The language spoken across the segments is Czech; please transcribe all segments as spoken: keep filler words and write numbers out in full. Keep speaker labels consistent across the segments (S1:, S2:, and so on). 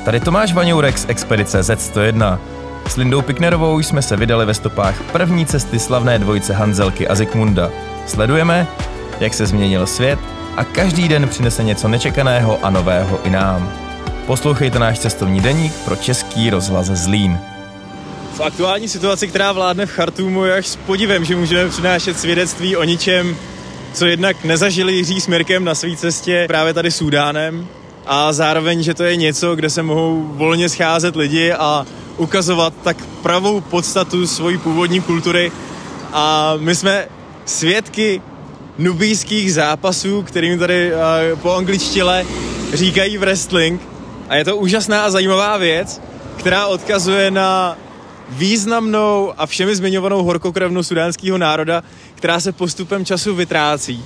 S1: Tady Tomáš Vaňourek z Expedice zet sto jedna. S Lindou Piknerovou jsme se vydali ve stopách první cesty slavné dvojice Hanzelky a Zikmunda. Sledujeme, jak se změnil svět a každý den přinese něco nečekaného a nového i nám. Poslouchejte náš cestovní deník pro Český rozhlas Zlín.
S2: V aktuální situaci, která vládne v Chartúmu, je až s podivem, že můžeme přinášet svědectví o ničem, co jednak nezažili Jiří s Mirkem na své cestě právě tady Súdánem, a zároveň, že to je něco, kde se mohou volně scházet lidi a ukazovat tak pravou podstatu svojí původní kultury. A my jsme svědky nubijských zápasů, kterým tady po angličtile říkají wrestling. A je to úžasná a zajímavá věc, která odkazuje na významnou a všemi zmiňovanou horkokrevnou sudánského národa, která se postupem času vytrácí.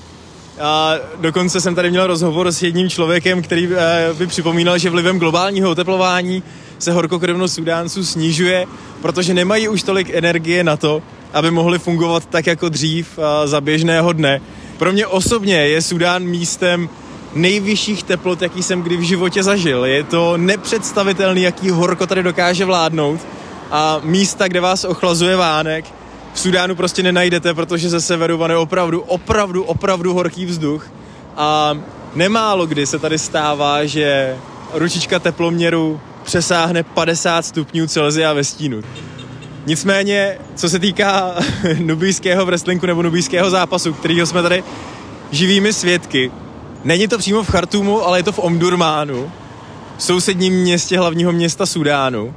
S2: A dokonce jsem tady měl rozhovor s jedním člověkem, který by připomínal, že vlivem globálního oteplování se horkokrevnost Sudánců snižuje, protože nemají už tolik energie na to, aby mohli fungovat tak jako dřív za běžného dne. Pro mě osobně je Súdán místem nejvyšších teplot, jaký jsem kdy v životě zažil. Je to nepředstavitelný, jaký horko tady dokáže vládnout, a místa, kde vás ochlazuje vánek, v Súdánu prostě nenajdete, protože ze severu vane opravdu, opravdu, opravdu horký vzduch. A nemálo kdy se tady stává, že ručička teploměru přesáhne padesát stupňů Celsia ve stínu. Nicméně, co se týká nubijského wrestlingu nebo nubijského zápasu, kterýho jsme tady živými svědky, není to přímo v Chartúmu, ale je to v Omdurmánu, v sousedním městě hlavního města Súdánu.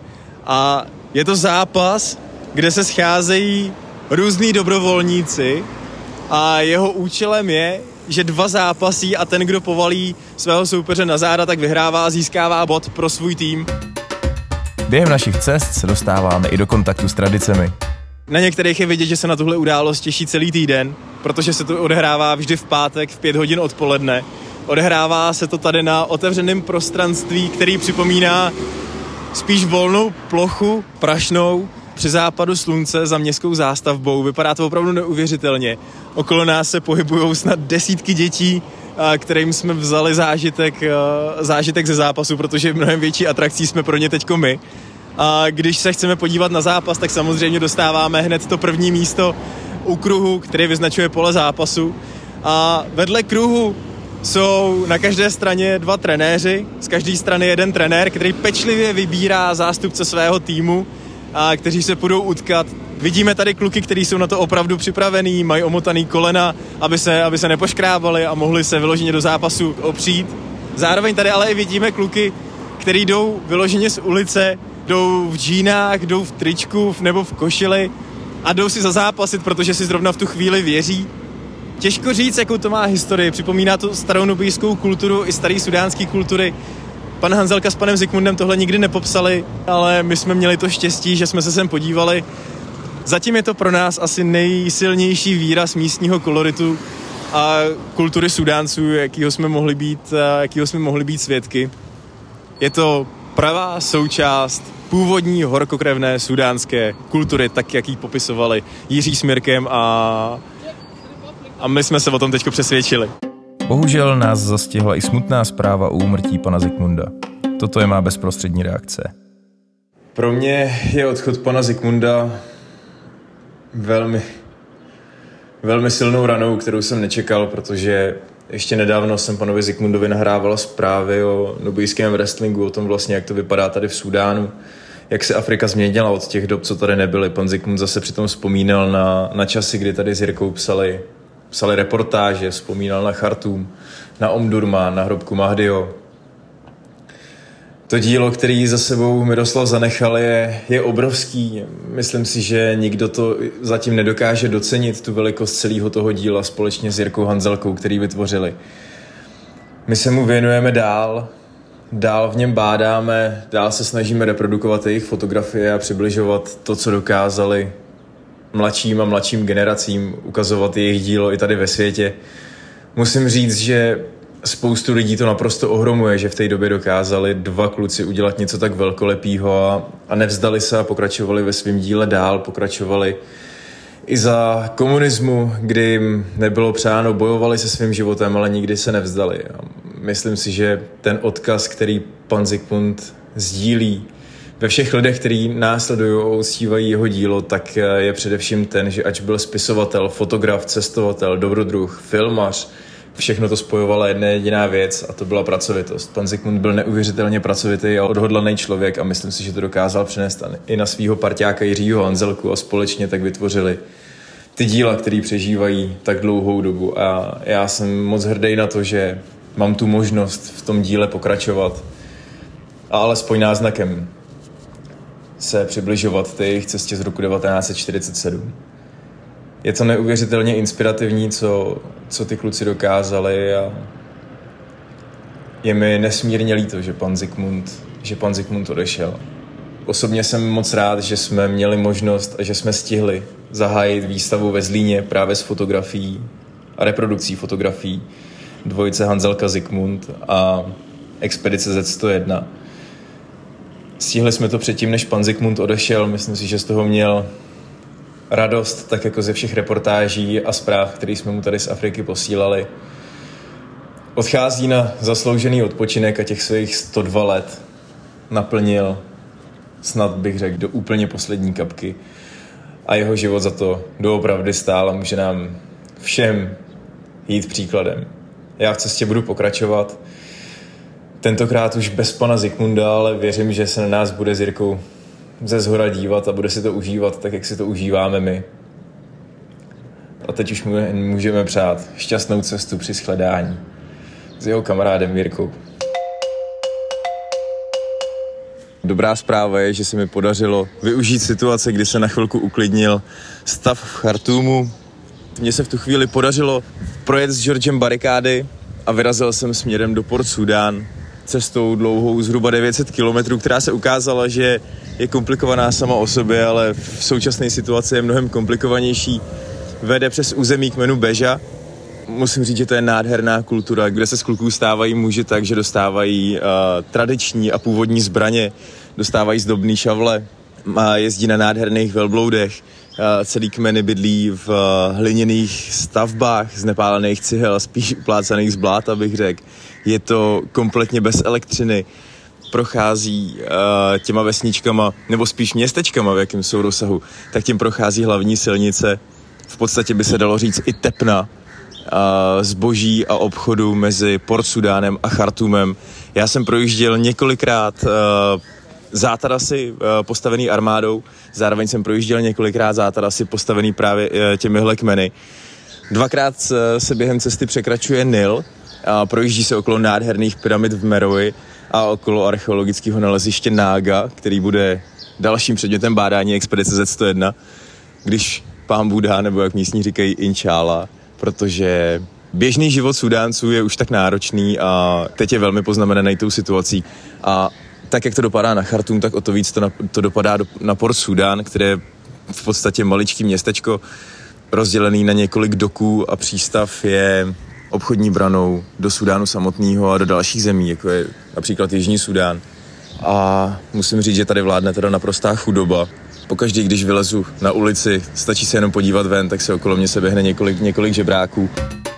S2: A je to zápas, kde se scházejí různý dobrovolníci a jeho účelem je, že dva zápasí a ten, kdo povalí svého soupeře na záda, tak vyhrává a získává bod pro svůj tým.
S1: Během našich cest se dostáváme i do kontaktu s tradicemi.
S2: Na některých je vidět, že se na tuhle událost těší celý týden, protože se to odehrává vždy v pátek v pět hodin odpoledne. Odehrává se to tady na otevřeném prostranství, který připomíná spíš volnou plochu prašnou při západu slunce za městskou zástavbou. Vypadá to opravdu neuvěřitelně. Okolo nás se pohybují snad desítky dětí, kterým jsme vzali zážitek, zážitek ze zápasu, protože mnohem větší atrakcí jsme pro ně teďko my. A když se chceme podívat na zápas, tak samozřejmě dostáváme hned to první místo u kruhu, který vyznačuje pole zápasu. A vedle kruhu jsou na každé straně dva trenéři, z každé strany jeden trenér, který pečlivě vybírá zástupce svého týmu, a kteří se budou utkat. Vidíme tady kluky, kteří jsou na to opravdu připravený, mají omotaný kolena, aby se, aby se nepoškrábali a mohli se vyloženě do zápasu opřít. Zároveň tady ale i vidíme kluky, kteří jdou vyloženě z ulice, jdou v džínách, jdou v tričku nebo v košili a jdou si zazápasit, protože si zrovna v tu chvíli věří. Těžko říct, jakou to má historii. Připomíná to starou nubijskou kulturu i starý sudánský kultury. Pan Hanzelka s panem Zikmundem tohle nikdy nepopsali, ale my jsme měli to štěstí, že jsme se sem podívali. Zatím je to pro nás asi nejsilnější výraz místního koloritu a kultury Sudánců, jakýho jsme mohli být, jakýho jsme mohli být svědky. Je to pravá součást původní horkokrevné sudánské kultury, tak jak ji popisovali Jiří s Mirkem, a, a my jsme se o tom teďko přesvědčili.
S1: Bohužel nás zastihla i smutná zpráva o úmrtí pana Zikmunda. Toto je má bezprostřední reakce.
S3: Pro mě je odchod pana Zikmunda velmi, velmi silnou ranou, kterou jsem nečekal, protože ještě nedávno jsem panovi Zikmundovi nahrával zprávy o nubijském wrestlingu, o tom vlastně, jak to vypadá tady v Súdánu, jak se Afrika změnila od těch dob, co tady nebyly. Pan Zikmund zase přitom vzpomínal na, na časy, kdy tady s Jirkou psali, psali reportáže, vzpomínal na Chartúm, na Omdurmán, na hrobku Mahdiho. To dílo, který za sebou Miroslav zanechal, je, je obrovský. Myslím si, že nikdo to zatím nedokáže docenit, tu velikost celého toho díla společně s Jirkou Hanzelkou, který vytvořili. My se mu věnujeme dál, dál v něm bádáme, dál se snažíme reprodukovat jejich fotografie a přibližovat to, co dokázali mladším a mladším generacím, ukazovat jejich dílo i tady ve světě. Musím říct, že spoustu lidí to naprosto ohromuje, že v té době dokázali dva kluci udělat něco tak velkolepýho a, a nevzdali se a pokračovali ve svém díle dál, pokračovali i za komunismu, kdy jim nebylo přáno, bojovali se svým životem, ale nikdy se nevzdali. A myslím si, že ten odkaz, který pan Zikmund sdílí ve všech lidech, kteří následují a uctívají jeho dílo, tak je především ten, že ač byl spisovatel, fotograf, cestovatel, dobrodruh, filmař, všechno to spojovala jedna jediná věc a to byla pracovitost. Pan Zikmund byl neuvěřitelně pracovitý a odhodlaný člověk a myslím si, že to dokázal přenést i na svého parťáka Jiřího Hanzelku a společně tak vytvořili ty díla, které přežívají tak dlouhou dobu. A já jsem moc hrdý na to, že mám tu možnost v tom díle pokračovat a alespoň náznakem se přibližovat té jejich cestě z roku devatenáct set čtyřicet sedm. Je to neuvěřitelně inspirativní, co, co ty kluci dokázali a je mi nesmírně líto, že pan Zikmund, že pan Zikmund odešel. Osobně jsem moc rád, že jsme měli možnost a že jsme stihli zahájit výstavu ve Zlíně právě s fotografií a reprodukcí fotografií dvojice Hanzelka Zikmund a expedice zet sto jedna. Stihli jsme to předtím, než pan Zikmund odešel. Myslím si, že z toho měl radost, tak jako ze všech reportáží a zpráv, které jsme mu tady z Afriky posílali. Odchází na zasloužený odpočinek a těch svých sto dva let naplnil, snad bych řekl, do úplně poslední kapky. A jeho život za to doopravdy stál a může nám všem jít příkladem. Já v cestě budu pokračovat. Tentokrát už bez pana Zikmunda, ale věřím, že se na nás bude s Jirkou ze zhora dívat a bude si to užívat tak, jak si to užíváme my. A teď už můžeme přát šťastnou cestu při shledání s jeho kamarádem Jirkou. Dobrá zpráva je, že se mi podařilo využít situace, kdy se na chvilku uklidnil stav v Chartúmu. Mně se v tu chvíli podařilo projet s Georgem barikády a vyrazil jsem směrem do Port Súdán cestou dlouhou zhruba devět set kilometrů, která se ukázala, že je komplikovaná sama o sobě, ale v současné situaci je mnohem komplikovanější. Vede přes území kmenu Beža. Musím říct, že to je nádherná kultura, kde se z kluků stávají muži tak, že dostávají uh, tradiční a původní zbraně, dostávají zdobný šavle, a jezdí na nádherných velbloudech. Uh, celý kmeny bydlí v uh, hliněných stavbách z nepálených cihel a spíš uplácaných z bláta, bych řekl. Je to kompletně bez elektřiny. Prochází uh, těma vesničkama, nebo spíš městečkama, v jakém jsou rozsahu, tak tím prochází hlavní silnice. V podstatě by se dalo říct i tepna uh, zboží a obchodu mezi Port Súdánem a Chartúmem. Já jsem projížděl několikrát uh, zátarasy uh, postavený armádou, zároveň jsem projížděl několikrát zátarasy postavený právě uh, těmihle kmeny. Dvakrát uh, se během cesty překračuje Nil a projíždí se okolo nádherných pyramid v Meroji a okolo archeologického naleziště Nága, který bude dalším předmětem bádání expedice zet sto jedna, když pán Bůh dá, nebo jak místní říkají, inšála, protože běžný život Súdánců je už tak náročný a teď je velmi poznamenaný tou situací. A tak, jak to dopadá na Chartúm, tak o to víc to, na, to dopadá do, na Port Súdán, které je v podstatě maličký městečko, rozdělený na několik doků a přístav je obchodní branou do Súdánu samotného a do dalších zemí, jako je například Jižní Súdán. A musím říct, že tady vládne teda naprostá chudoba. Pokaždý, když vylezu na ulici, stačí se jenom podívat ven, tak se okolo mě se běhne několik, několik žebráků.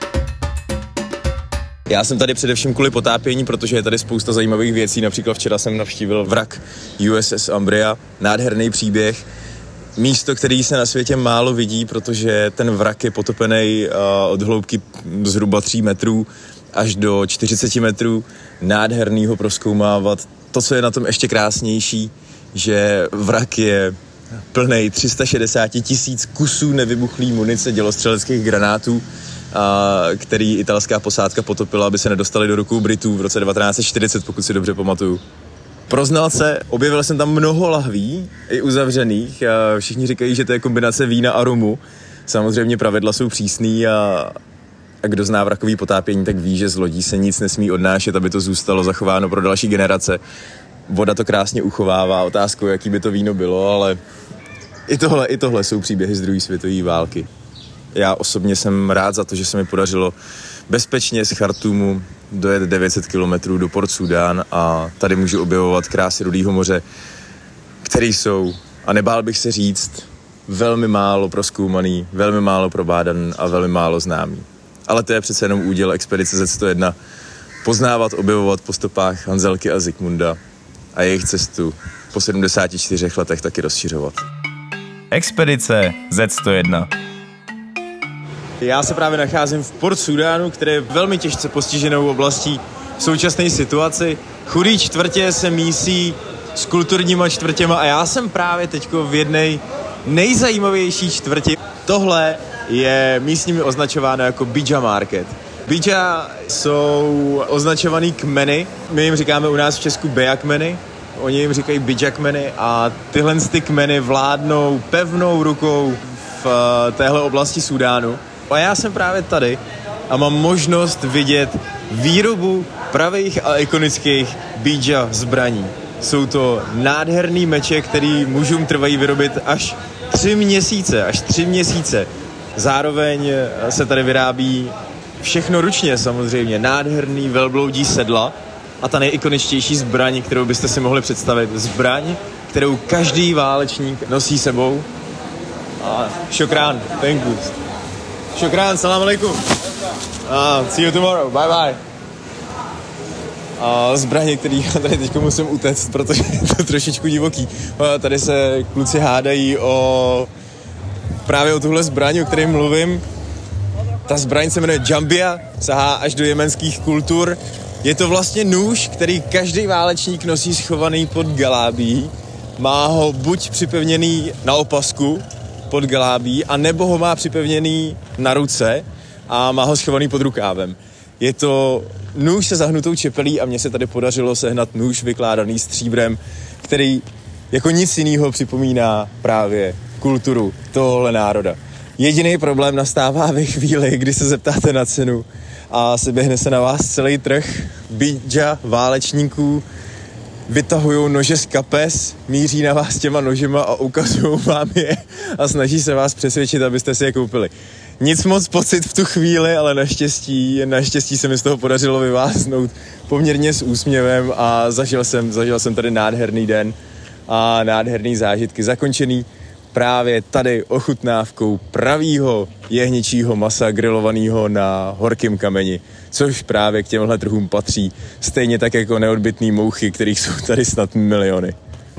S3: Já jsem tady především kvůli potápění, protože je tady spousta zajímavých věcí. Například včera jsem navštívil vrak U S S Umbria, nádherný příběh. Místo, který se na světě málo vidí, protože ten vrak je potopený uh, od hloubky zhruba tří metrů až do čtyřicet metrů. Nádherný ho prozkoumávat. To, co je na tom ještě krásnější, že vrak je plnej tři sta šedesát tisíc kusů nevybuchlý munice dělostřeleckých granátů, a který italská posádka potopila, aby se nedostali do rukou Britů v roce devatenáct set čtyřicet, pokud si dobře pamatuju. Pro znalce objevil jsem tam mnoho lahví, i uzavřených. A všichni říkají, že to je kombinace vína a rumu. Samozřejmě pravidla jsou přísný a, a kdo zná vrakový potápění, tak ví, že z lodí se nic nesmí odnášet, aby to zůstalo zachováno pro další generace. Voda to krásně uchovává, otázkou, jaký by to víno bylo, ale i tohle, i tohle jsou příběhy z druhé světové války. Já osobně jsem rád za to, že se mi podařilo bezpečně z Chartúmu dojet devět set kilometrů do Port Súdán a tady můžu objevovat krásy Rudého moře, které jsou, a nebál bych se říct, velmi málo prozkoumaný, velmi málo probádaný a velmi málo známý. Ale to je přece jenom úděl expedice zet sto jedna poznávat, objevovat po stopách Hanzelky a Zikmunda a jejich cestu po sedmdesáti čtyřech letech taky rozšiřovat.
S1: Expedice zet sto jedna.
S2: Já se právě nacházím v Port Sudánu, které je velmi těžce postiženou oblastí v současné situaci. Chudý čtvrtě se mísí s kulturníma čtvrtěma a já jsem právě teďko v jedné nejzajímavější čtvrti. Tohle je místními označováno jako Bidža Market. Bidža jsou označovaný kmeny, my jim říkáme u nás v Česku Beja kmeny, oni jim říkají Bidža kmeny a tyhle ty kmeny vládnou pevnou rukou v téhle oblasti Súdánu. A já jsem právě tady a mám možnost vidět výrobu pravých a ikonických Bidža zbraní. Jsou to nádherný meče, který mužům trvají vyrobit až tři měsíce, až tři měsíce. Zároveň se tady vyrábí všechno ručně samozřejmě, nádherný velbloudí sedla a ta nejikoničtější zbraň, kterou byste si mohli představit, zbraň, kterou každý válečník nosí sebou. A šokrán, thank you. Šokrán, salam alaikum. A see you tomorrow, bye bye. A zbraně, který já tady teď musím utéct, protože je to trošičku divoký. A tady se kluci hádají o právě o tuhle zbraň, o které mluvím. Ta zbraň se jmenuje Jambia, sahá až do jemenských kultur. Je to vlastně nůž, který každý válečník nosí schovaný pod galábí. Má ho buď připevněný na opasku pod galábí, a nebo ho má připevněný na ruce a má ho schovaný pod rukávem. Je to nůž se zahnutou čepelí a mně se tady podařilo sehnat nůž vykládaný stříbrem, který jako nic jiného připomíná právě kulturu tohohle národa. Jediný problém nastává ve chvíli, kdy se zeptáte na cenu a seběhne se na vás celý trh Bidža válečníků, vytahují nože z kapes, míří na vás těma nožema a ukazují vám je a snaží se vás přesvědčit, abyste si je koupili. Nic moc pocit v tu chvíli, ale naštěstí, naštěstí se mi z toho podařilo vyváznout poměrně s úsměvem a zažil jsem, zažil jsem tady nádherný den a nádherný zážitky zakončený právě tady ochutnávkou pravýho jehničího masa grilovaného na horkém kameni, což právě k těmhle trhům patří, stejně tak jako neodbytný mouchy, kterých jsou tady snad miliony.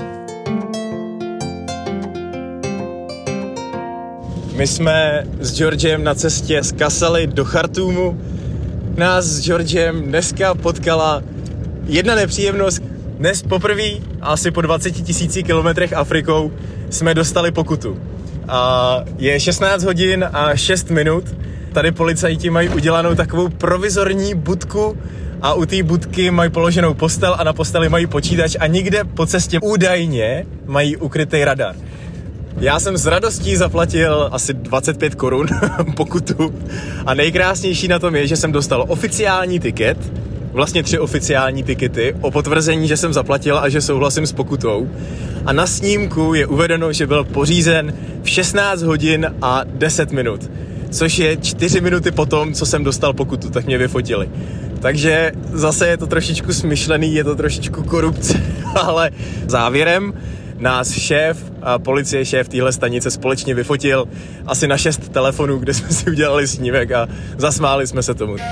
S2: My jsme s Georgem na cestě z Kasaly do Chartúmu. Nás s Georgem dneska potkala jedna nepříjemnost. Dnes poprvé, asi po dvaceti tisíci kilometrech Afrikou, jsme dostali pokutu. A je šestnáct hodin a šest minut. Tady policajti mají udělanou takovou provizorní budku a u té budky mají položenou postel a na posteli mají počítač a nikde po cestě údajně mají ukrytý radar. Já jsem s radostí zaplatil asi dvacet pět korun pokutu a nejkrásnější na tom je, že jsem dostal oficiální tiket, vlastně tři oficiální tikety o potvrzení, že jsem zaplatil a že souhlasím s pokutou. A na snímku je uvedeno, že byl pořízen v šestnáct hodin a deset minut, což je čtyři minuty potom, co jsem dostal pokutu, tak mě vyfotili. Takže zase je to trošičku smyšlený, je to trošičku korupce, ale závěrem nás šéf a policie, šéf téhle stanice společně vyfotil asi na šest telefonů, kde jsme si udělali snímek a zasmáli jsme se tomu.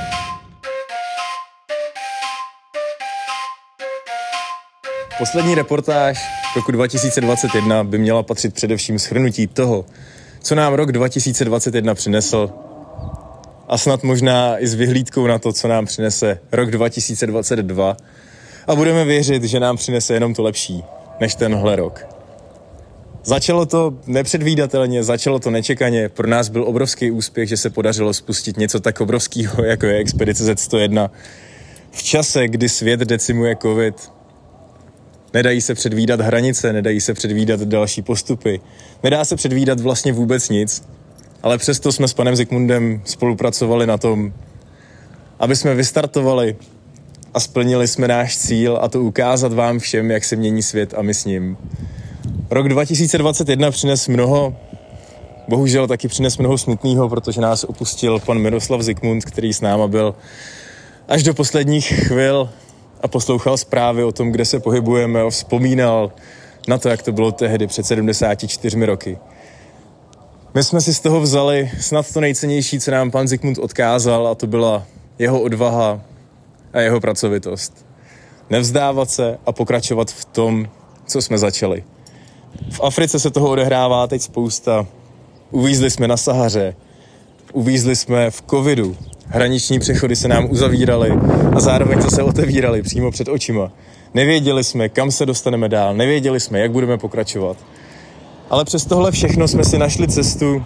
S2: Poslední reportáž roku dva tisíce dvacet jedna by měla patřit především shrnutí toho, co nám rok dva tisíce dvacet jedna přinesl a snad možná i s vyhlídkou na to, co nám přinese rok dva tisíce dvacet dva a budeme věřit, že nám přinese jenom to lepší než tenhle rok. Začalo to nepředvídatelně, začalo to nečekaně, pro nás byl obrovský úspěch, že se podařilo spustit něco tak obrovského, jako je Expedice zet sto jedna. V čase, kdy svět decimuje covid, nedají se předvídat hranice, nedají se předvídat další postupy, nedá se předvídat vlastně vůbec nic, ale přesto jsme s panem Zikmundem spolupracovali na tom, aby jsme vystartovali a splnili jsme náš cíl, a to ukázat vám všem, jak se mění svět a my s ním. Rok dva tisíce dvacet jedna přines mnoho, bohužel taky přines mnoho smutného, protože nás opustil pan Miroslav Zikmund, který s náma byl až do posledních chvil a poslouchal zprávy o tom, kde se pohybujeme a vzpomínal na to, jak to bylo tehdy před sedmdesáti čtyřmi roky. My jsme si z toho vzali snad to nejcennější, co nám pan Zikmund odkázal, a to byla jeho odvaha a jeho pracovitost. nevzdávat se a pokračovat v tom, co jsme začali. V Africe se toho odehrává teď spousta. Uvízli jsme na Sahaře, uvízli jsme v covidu, hraniční přechody se nám uzavíraly a zároveň zase otevíraly přímo před očima. Nevěděli jsme, kam se dostaneme dál, nevěděli jsme, jak budeme pokračovat. Ale přes tohle všechno jsme si našli cestu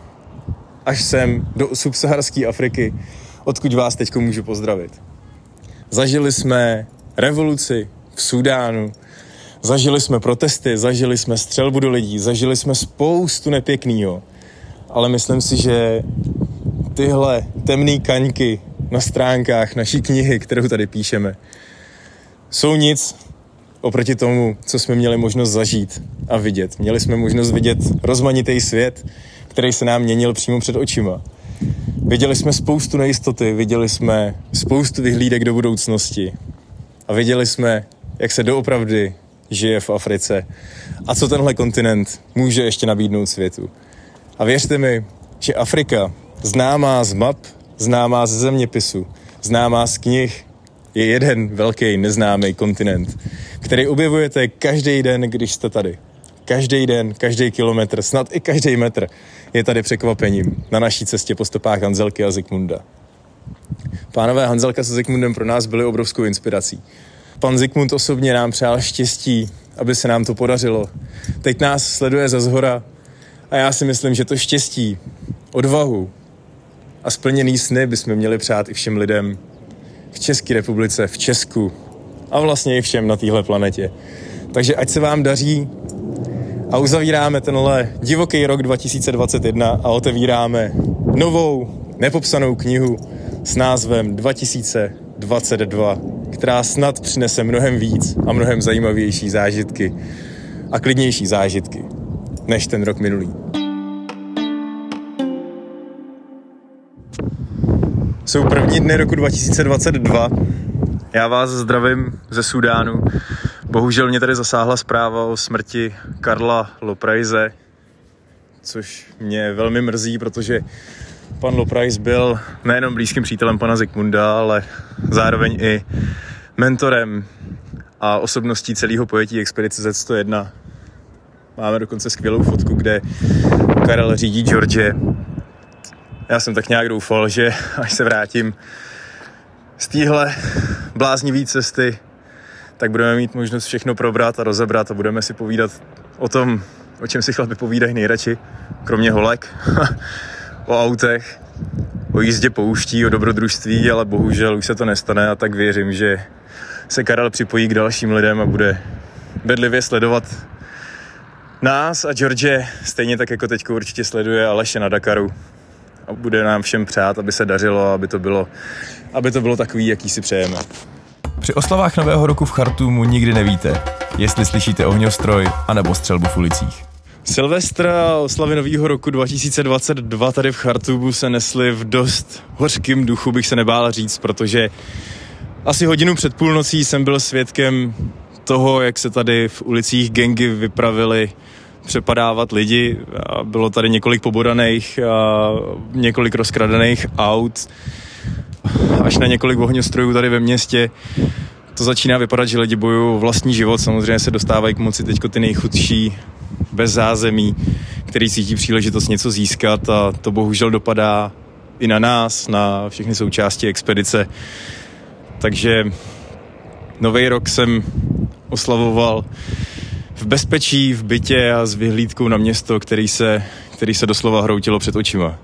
S2: až sem do subsaharské Afriky, odkud vás teď můžu pozdravit. Zažili jsme revoluci v Súdánu, zažili jsme protesty, zažili jsme střelbu do lidí, zažili jsme spoustu nepěknýho. Ale myslím si, že tyhle temné kaňky na stránkách naší knihy, kterou tady píšeme, jsou nic oproti tomu, co jsme měli možnost zažít a vidět. Měli jsme možnost vidět rozmanitý svět, který se nám měnil přímo před očima. Viděli jsme spoustu nejistoty, viděli jsme spoustu vyhlídek do budoucnosti a viděli jsme, jak se doopravdy žije v Africe a co tenhle kontinent může ještě nabídnout světu. A věřte mi, že Afrika, známá z map, známá ze zeměpisu, známá z knih, je jeden velký neznámý kontinent, který objevujete každý den, když jste tady. Každý den, každý kilometr, snad i každý metr je tady překvapením na naší cestě po stopách Hanzelky a Zikmunda. Pánové Hanzelka se Zikmundem pro nás byli obrovskou inspirací. Pan Zikmund osobně nám přál štěstí, aby se nám to podařilo. Teď nás sleduje ze zhora a já si myslím, že to štěstí, odvahu a splněný sny bychom měli přát i všem lidem v České republice, v Česku a vlastně i všem na téhle planetě. Takže ať se vám daří a uzavíráme tenhle divoký rok dva tisíce dvacet jedna a otevíráme novou nepopsanou knihu s názvem dva tisíce dvacet dva, která snad přinese mnohem víc a mnohem zajímavější zážitky a klidnější zážitky než ten rok minulý. Jsou první dny roku dva tisíce dvacet dva. Já vás zdravím ze Súdánu. Bohužel mě tady zasáhla zpráva o smrti Karla Lopraise, což mě velmi mrzí, protože pan Loprais byl nejenom blízkým přítelem pana Zikmunda, ale zároveň i mentorem a osobností celého pojetí expedice zet sto jedna. Máme dokonce skvělou fotku, kde Karel řídí George. Já jsem tak nějak doufal, že až se vrátím z téhle bláznivý cesty, tak budeme mít možnost všechno probrat a rozebrat a budeme si povídat o tom, o čem si chlapi povídají nejradši, kromě holek, o autech, o jízdě pouští, o dobrodružství, ale bohužel už se to nestane a tak věřím, že se Karel připojí k dalším lidem a bude bedlivě sledovat nás a George, stejně tak jako teďko určitě sleduje Aleše na Dakaru a bude nám všem přát, aby se dařilo, aby to bylo, aby to bylo takový, jaký si přejeme.
S1: Při oslavách Nového roku v Chartúmu nikdy nevíte, jestli slyšíte ohňostroj anebo střelbu v ulicích.
S2: Silvestr a oslavy Nového roku dva tisíce dvacet dva tady v Chartúmu se nesly v dost hořkým duchu, bych se nebál říct, protože asi hodinu před půlnocí jsem byl svědkem toho, jak se tady v ulicích gangy vypravili přepadávat lidi. A bylo tady několik pobodaných a několik rozkradených aut, až na několik ohňostrojů tady ve městě. To začíná vypadat, že lidi bojují o vlastní život. Samozřejmě se dostávají k moci teďko ty nejchudší, bez zázemí, který cítí příležitost něco získat a to bohužel dopadá i na nás, na všechny součásti expedice. Takže nový rok jsem oslavoval v bezpečí, v bytě a s vyhlídkou na město, který se, který se doslova hroutilo před očima.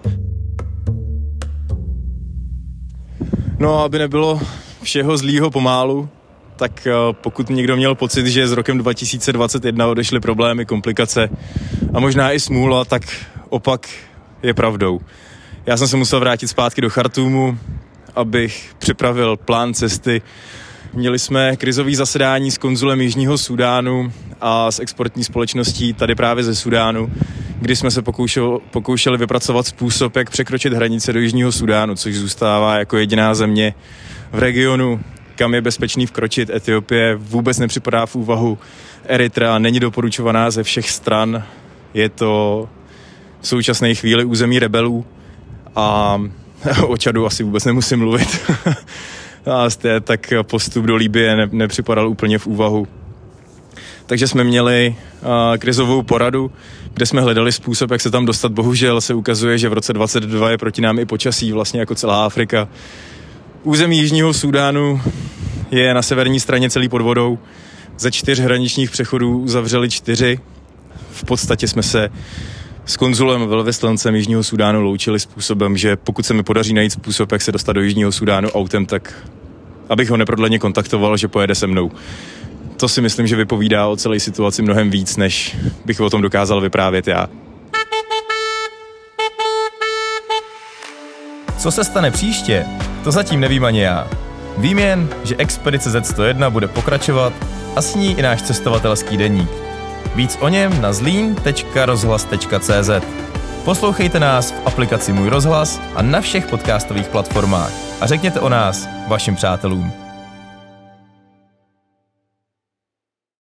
S2: No a aby nebylo všeho zlýho pomálu, tak pokud někdo měl pocit, že s rokem dva tisíce dvacet jedna odešly problémy, komplikace a možná i smůla, tak opak je pravdou. Já jsem se musel vrátit zpátky do Chartúmu, abych připravil plán cesty. Měli jsme krizový zasedání s konzulem Jižního Súdánu a s exportní společností tady právě ze Súdánu, kdy jsme se pokoušeli, pokoušeli vypracovat způsob, jak překročit hranice do Jižního Súdánu, což zůstává jako jediná země v regionu, kam je bezpečný vkročit. Etiopie vůbec nepřipadá v úvahu. Eritrea není doporučovaná ze všech stran. Je to v současné chvíli území rebelů a o Čadu asi vůbec nemusím mluvit. a stejně tak postup do Libye ne, nepřipadal úplně v úvahu. Takže jsme měli uh, krizovou poradu, kde jsme hledali způsob, jak se tam dostat. Bohužel se ukazuje, že v roce dvacet dva je proti nám i počasí, vlastně jako celá Afrika. Území Jižního Súdánu je na severní straně celý pod vodou. Ze čtyř hraničních přechodů uzavřeli čtyři. V podstatě jsme se s konzulem velvyslancem Jižního Súdánu loučili způsobem, že pokud se mi podaří najít způsob, jak se dostat do Jižního Súdánu autem, tak abych ho neprodleně kontaktoval, že pojede se mnou. To si myslím, že vypovídá o celé situaci mnohem víc, než bych o tom dokázal vyprávět já.
S1: Co se stane příště, to zatím nevím ani já. Vím jen, že expedice zet sto jedna bude pokračovat a s ní i náš cestovatelský deník. Víc o něm na zlín tečka rozhlas tečka cé zet. Poslouchejte nás v aplikaci Můj rozhlas a na všech podcastových platformách a řekněte o nás vašim přátelům.